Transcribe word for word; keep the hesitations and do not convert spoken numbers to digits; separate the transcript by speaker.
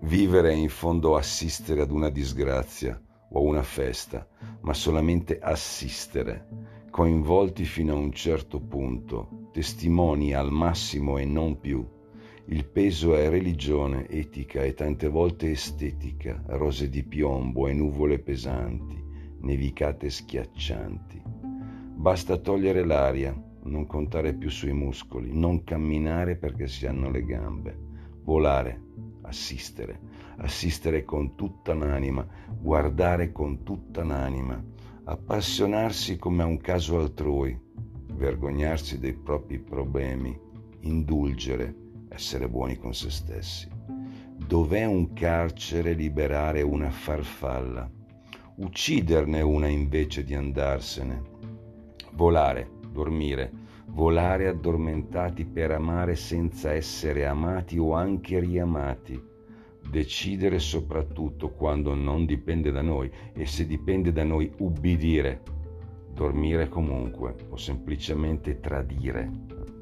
Speaker 1: Vivere è in fondo assistere ad una disgrazia o a una festa, ma solamente assistere, coinvolti fino a un certo punto, testimoni al massimo e non più. Il peso è religione, etica e tante volte estetica, rose di piombo e nuvole pesanti, nevicate schiaccianti. Basta togliere l'aria, non contare più sui muscoli, non camminare perché si hanno le gambe, volare, assistere, assistere con tutta l'anima, guardare con tutta l'anima, appassionarsi come a un caso altrui, vergognarsi dei propri problemi, indulgere, essere buoni con se stessi. Dov'è un carcere liberare una farfalla, ucciderne una invece di andarsene, volare, dormire, volare addormentati per amare senza essere amati o anche riamati, decidere soprattutto quando non dipende da noi e se dipende da noi ubbidire, dormire comunque o semplicemente tradire.